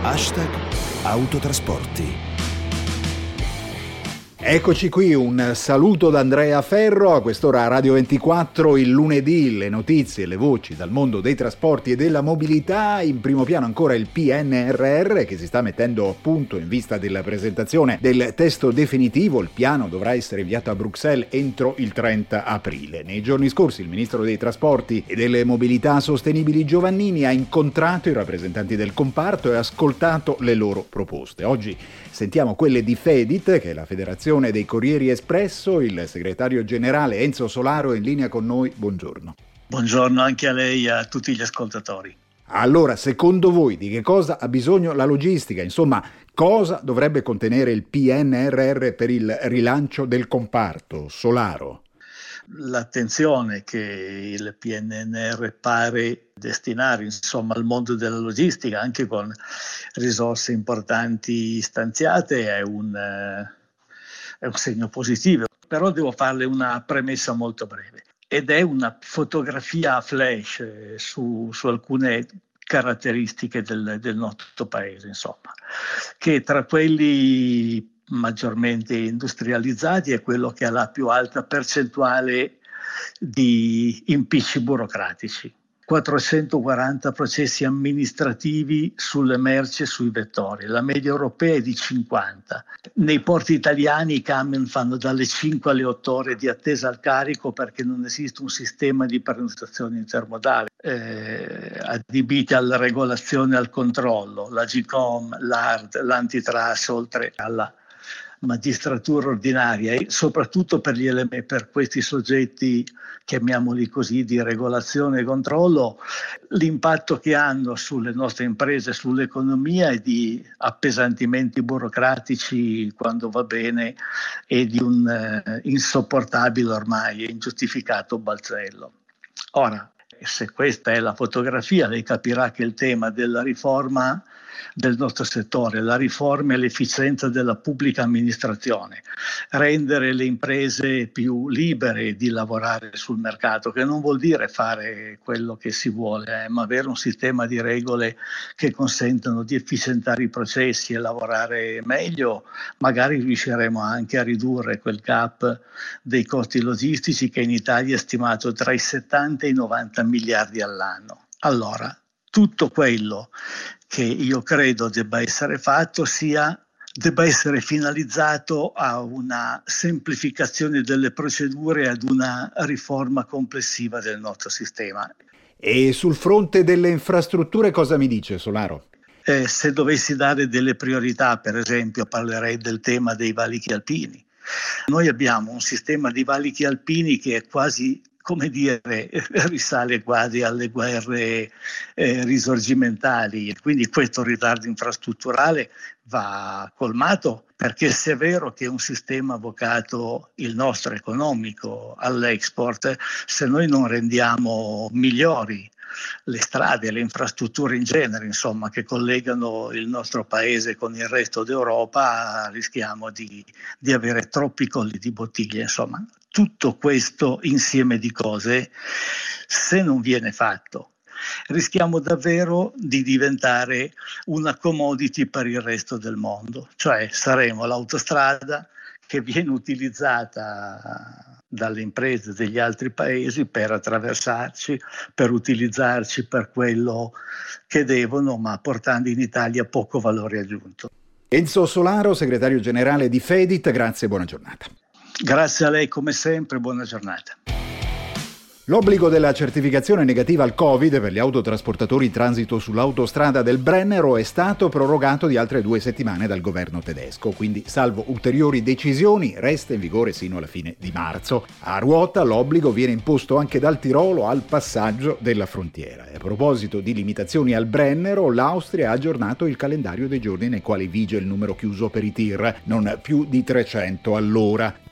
#autotrasporti. Eccoci qui, un saluto da Andrea Ferro, a quest'ora Radio 24, il lunedì, le notizie, le voci dal mondo dei trasporti e della mobilità. In primo piano ancora il PNRR che si sta mettendo a punto in vista della presentazione del testo definitivo. Il piano dovrà essere inviato a Bruxelles entro il 30 aprile. Nei giorni scorsi il ministro dei trasporti e delle mobilità sostenibili Giovannini ha incontrato i rappresentanti del comparto e ascoltato le loro proposte. Oggi sentiamo quelle di Fedit, che è la federazione dei Corrieri Espresso. Il segretario generale Enzo Solaro è in linea con noi. Buongiorno. Buongiorno anche a lei e a tutti gli ascoltatori. Allora, secondo voi di che cosa ha bisogno la logistica? Insomma, cosa dovrebbe contenere il PNRR per il rilancio del comparto? Solaro. L'attenzione che il PNRR pare destinare al mondo della logistica, anche con risorse importanti stanziate, è un segno positivo. Però devo farle una premessa molto breve, ed è una fotografia a flash su alcune caratteristiche del nostro paese, che tra quelli maggiormente industrializzati è quello che ha la più alta percentuale di impicci burocratici. 440 processi amministrativi sulle merci e sui vettori, la media europea è di 50. Nei porti italiani i camion fanno dalle 5 alle 8 ore di attesa al carico perché non esiste un sistema di prenotazione intermodale adibiti alla regolazione e al controllo, la GCOM, l'ARD, l'antitrust, oltre alla magistratura ordinaria, e soprattutto per questi soggetti, chiamiamoli così, di regolazione e controllo, l'impatto che hanno sulle nostre imprese, sull'economia, è di appesantimenti burocratici quando va bene e di un insopportabile ormai e ingiustificato balzello. Ora, se questa è la fotografia, lei capirà che il tema della riforma del nostro settore, la riforma e l'efficienza della pubblica amministrazione, rendere le imprese più libere di lavorare sul mercato, che non vuol dire fare quello che si vuole, ma avere un sistema di regole che consentano di efficientare i processi e lavorare meglio. Magari riusciremo anche a ridurre quel gap dei costi logistici che in Italia è stimato tra i 70 e i 90 miliardi all'anno. Allora, tutto quello che io credo debba essere fatto debba essere finalizzato a una semplificazione delle procedure e ad una riforma complessiva del nostro sistema. E sul fronte delle infrastrutture cosa mi dice, Solaro? Se dovessi dare delle priorità, per esempio, parlerei del tema dei valichi alpini. Noi abbiamo un sistema di valichi alpini che è quasi, risale quasi alle guerre risorgimentali, quindi questo ritardo infrastrutturale va colmato, perché se è vero che è un sistema vocato, il nostro economico, all'export, se noi non rendiamo migliori le strade, le infrastrutture in genere, che collegano il nostro paese con il resto d'Europa, rischiamo di avere troppi colli di bottiglia. Tutto questo insieme di cose, se non viene fatto, rischiamo davvero di diventare una commodity per il resto del mondo, cioè saremo l'autostrada che viene utilizzata dalle imprese degli altri paesi per attraversarci, per utilizzarci per quello che devono, ma portando in Italia poco valore aggiunto. Enzo Solaro, segretario generale di Fedit, grazie e buona giornata. Grazie a lei come sempre, buona giornata. L'obbligo della certificazione negativa al Covid per gli autotrasportatori in transito sull'autostrada del Brennero è stato prorogato di altre 2 settimane dal governo tedesco, quindi salvo ulteriori decisioni resta in vigore sino alla fine di marzo. A ruota l'obbligo viene imposto anche dal Tirolo al passaggio della frontiera. E a proposito di limitazioni al Brennero, l'Austria ha aggiornato il calendario dei giorni nei quali vige il numero chiuso per i tir, non più di 300 all'ora.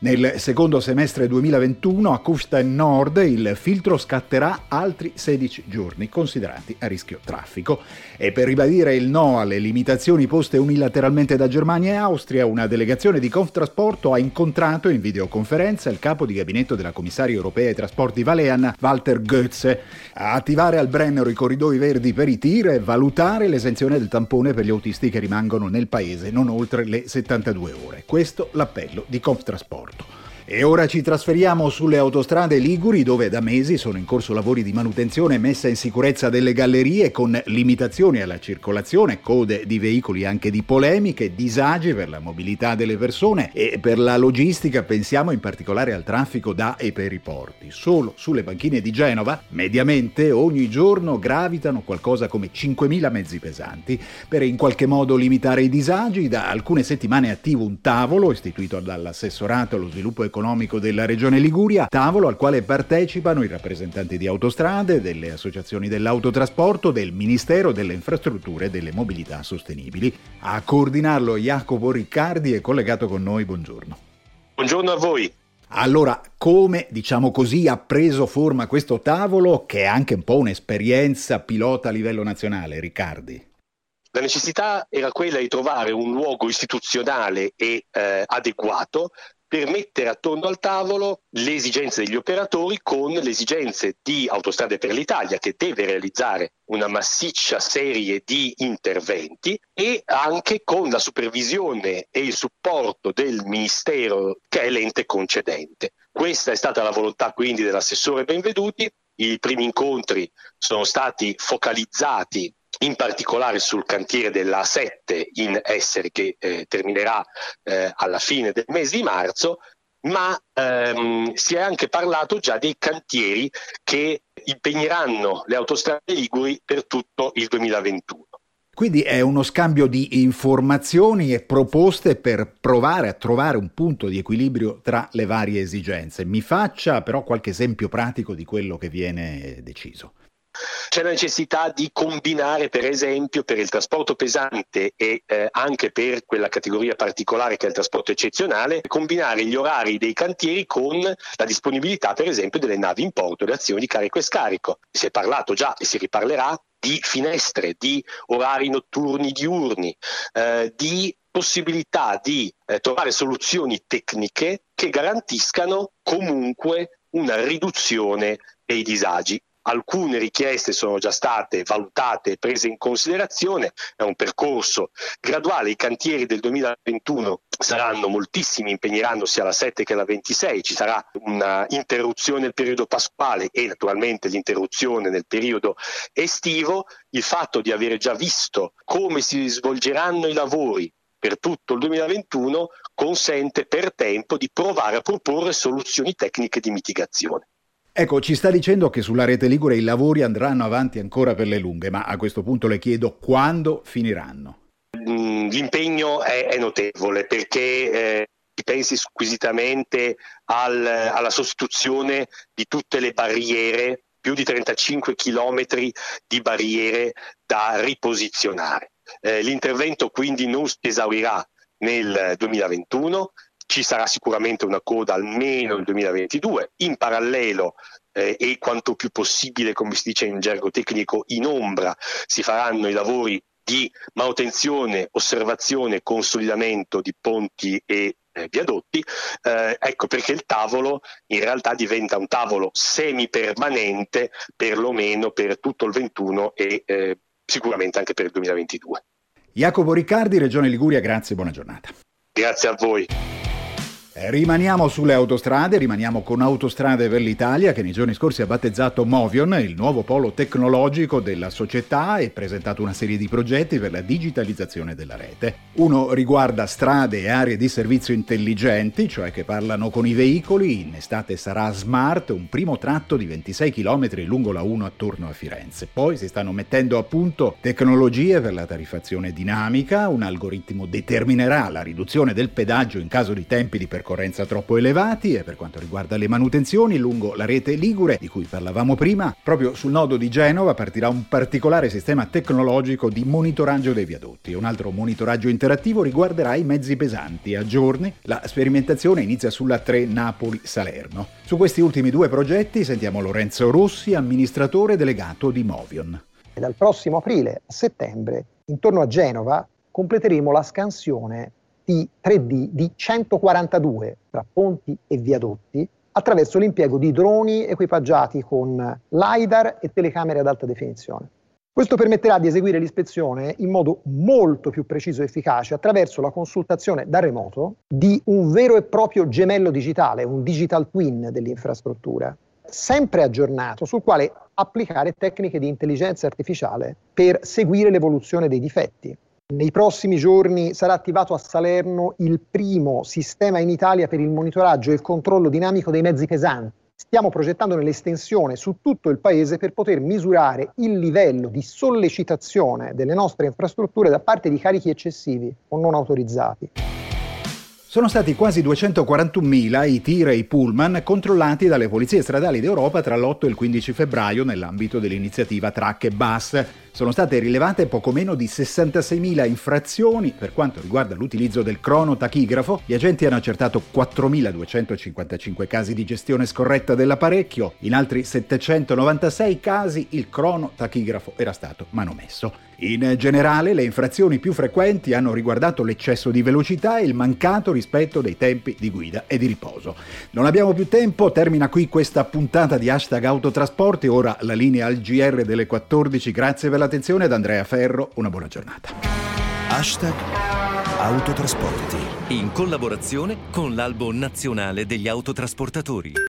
Nel secondo semestre 2021 a Kufstein Nord il filtro scatterà altri 16 giorni, considerati a rischio traffico. E per ribadire il no alle limitazioni poste unilateralmente da Germania e Austria, una delegazione di Conftrasporto ha incontrato in videoconferenza il capo di gabinetto della commissaria europea ai trasporti Valean, Walter Goetze, a attivare al Brennero i corridoi verdi per i tir e valutare l'esenzione del tampone per gli autisti che rimangono nel paese non oltre le 72 ore. Questo l'appello di Conftrasporto. E ora ci trasferiamo sulle autostrade liguri, dove da mesi sono in corso lavori di manutenzione e messa in sicurezza delle gallerie, con limitazioni alla circolazione, code di veicoli anche di polemiche, disagi per la mobilità delle persone e per la logistica. Pensiamo in particolare al traffico da e per i porti. Solo sulle banchine di Genova, mediamente, ogni giorno gravitano qualcosa come 5.000 mezzi pesanti. Per in qualche modo limitare i disagi, da alcune settimane è attivo un tavolo istituito dall'assessorato allo sviluppo economico della Regione Liguria, tavolo al quale partecipano i rappresentanti di Autostrade, delle associazioni dell'autotrasporto, del Ministero delle Infrastrutture e delle Mobilità Sostenibili. A coordinarlo Jacopo Riccardi è collegato con noi, buongiorno. Buongiorno a voi. Allora, come, diciamo così, ha preso forma questo tavolo, che è anche un po' un'esperienza pilota a livello nazionale, Riccardi? La necessità era quella di trovare un luogo istituzionale e adeguato per mettere attorno al tavolo le esigenze degli operatori con le esigenze di Autostrade per l'Italia, che deve realizzare una massiccia serie di interventi, e anche con la supervisione e il supporto del Ministero, che è l'ente concedente. Questa è stata la volontà quindi dell'assessore Benveduti. I primi incontri sono stati focalizzati in particolare sul cantiere della A7 in Essere, che terminerà alla fine del mese di marzo, ma si è anche parlato già dei cantieri che impegneranno le autostrade liguri per tutto il 2021. Quindi è uno scambio di informazioni e proposte per provare a trovare un punto di equilibrio tra le varie esigenze. Mi faccia però qualche esempio pratico di quello che viene deciso. C'è la necessità di combinare, per esempio, per il trasporto pesante e anche per quella categoria particolare che è il trasporto eccezionale, combinare gli orari dei cantieri con la disponibilità, per esempio, delle navi in porto, le azioni di carico e scarico. Si è parlato già e si riparlerà di finestre, di orari notturni diurni, di possibilità di trovare soluzioni tecniche che garantiscano comunque una riduzione dei disagi. Alcune richieste sono già state valutate e prese in considerazione, è un percorso graduale. I cantieri del 2021 saranno moltissimi, impegneranno sia la 7 che la 26, ci sarà una interruzione nel periodo pasquale e naturalmente l'interruzione nel periodo estivo. Il fatto di avere già visto come si svolgeranno i lavori per tutto il 2021 consente per tempo di provare a proporre soluzioni tecniche di mitigazione. Ecco, ci sta dicendo che sulla rete ligure i lavori andranno avanti ancora per le lunghe, ma a questo punto le chiedo quando finiranno. L'impegno è notevole, perché si pensi squisitamente alla sostituzione di tutte le barriere, più di 35 chilometri di barriere da riposizionare. L'intervento quindi non si esaurirà nel 2021, ci sarà sicuramente una coda almeno nel 2022, in parallelo e quanto più possibile, come si dice in gergo tecnico, in ombra si faranno i lavori di manutenzione, osservazione e consolidamento di ponti e viadotti. Ecco perché il tavolo in realtà diventa un tavolo semipermanente, perlomeno per tutto il 21 e sicuramente anche per il 2022. Jacopo Riccardi, Regione Liguria, grazie e buona giornata. Grazie a voi. Rimaniamo sulle autostrade, rimaniamo con Autostrade per l'Italia, che nei giorni scorsi ha battezzato Movion, il nuovo polo tecnologico della società, e presentato una serie di progetti per la digitalizzazione della rete. Uno riguarda strade e aree di servizio intelligenti, cioè che parlano con i veicoli. In estate sarà Smart, un primo tratto di 26 km lungo la 1 attorno a Firenze. Poi si stanno mettendo a punto tecnologie per la tariffazione dinamica, un algoritmo determinerà la riduzione del pedaggio in caso di tempi di percorrenza percorrenza troppo elevati e per quanto riguarda le manutenzioni lungo la rete ligure di cui parlavamo prima, proprio sul nodo di Genova partirà un particolare sistema tecnologico di monitoraggio dei viadotti. Un altro monitoraggio interattivo riguarderà i mezzi pesanti. A giorni la sperimentazione inizia sulla 3 Napoli-Salerno. Su questi ultimi 2 progetti sentiamo Lorenzo Rossi, amministratore delegato di Movion. Dal prossimo aprile a settembre, intorno a Genova, completeremo la scansione di 3D di 142 tra ponti e viadotti attraverso l'impiego di droni equipaggiati con LiDAR e telecamere ad alta definizione. Questo permetterà di eseguire l'ispezione in modo molto più preciso e efficace attraverso la consultazione da remoto di un vero e proprio gemello digitale, un digital twin dell'infrastruttura, sempre aggiornato, sul quale applicare tecniche di intelligenza artificiale per seguire l'evoluzione dei difetti. Nei prossimi giorni sarà attivato a Salerno il primo sistema in Italia per il monitoraggio e il controllo dinamico dei mezzi pesanti. Stiamo progettandone l'estensione su tutto il paese per poter misurare il livello di sollecitazione delle nostre infrastrutture da parte di carichi eccessivi o non autorizzati. Sono stati quasi 241.000 i tir e i pullman controllati dalle polizie stradali d'Europa tra l'8 e il 15 febbraio nell'ambito dell'iniziativa Track e Bus. Sono state rilevate poco meno di 66.000 infrazioni. Per quanto riguarda l'utilizzo del cronotachigrafo, gli agenti hanno accertato 4.255 casi di gestione scorretta dell'apparecchio. In altri 796 casi il cronotachigrafo era stato manomesso. In generale, le infrazioni più frequenti hanno riguardato l'eccesso di velocità e il mancato rispetto dei tempi di guida e di riposo. Non abbiamo più tempo, termina qui questa puntata di #Autotrasporti. Ora la linea al GR delle 14. Grazie per l'attenzione, ad Andrea Ferro, una buona giornata. #Autotrasporti, in collaborazione con l'Albo Nazionale degli Autotrasportatori.